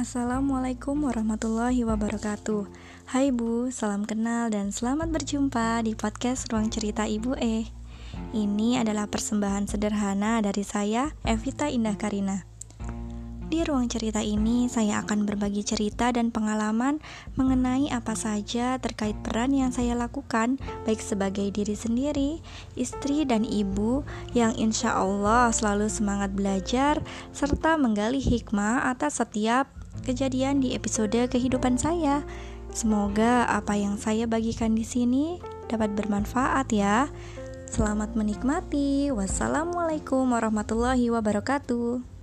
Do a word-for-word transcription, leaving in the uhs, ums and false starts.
Assalamualaikum warahmatullahi wabarakatuh. Hai Bu, salam kenal dan selamat berjumpa di podcast Ruang Cerita Ibu E. Ini adalah persembahan sederhana dari saya, Evita Indah Karina. Di ruang cerita ini, saya akan berbagi cerita dan pengalaman mengenai apa saja terkait peran yang saya lakukan, baik sebagai diri sendiri, istri, dan ibu yang insya Allah selalu semangat belajar, serta menggali hikmah atas setiap kejadian di episode kehidupan saya. Semoga apa yang saya bagikan di sini dapat bermanfaat ya. Selamat menikmati. Wassalamualaikum warahmatullahi wabarakatuh.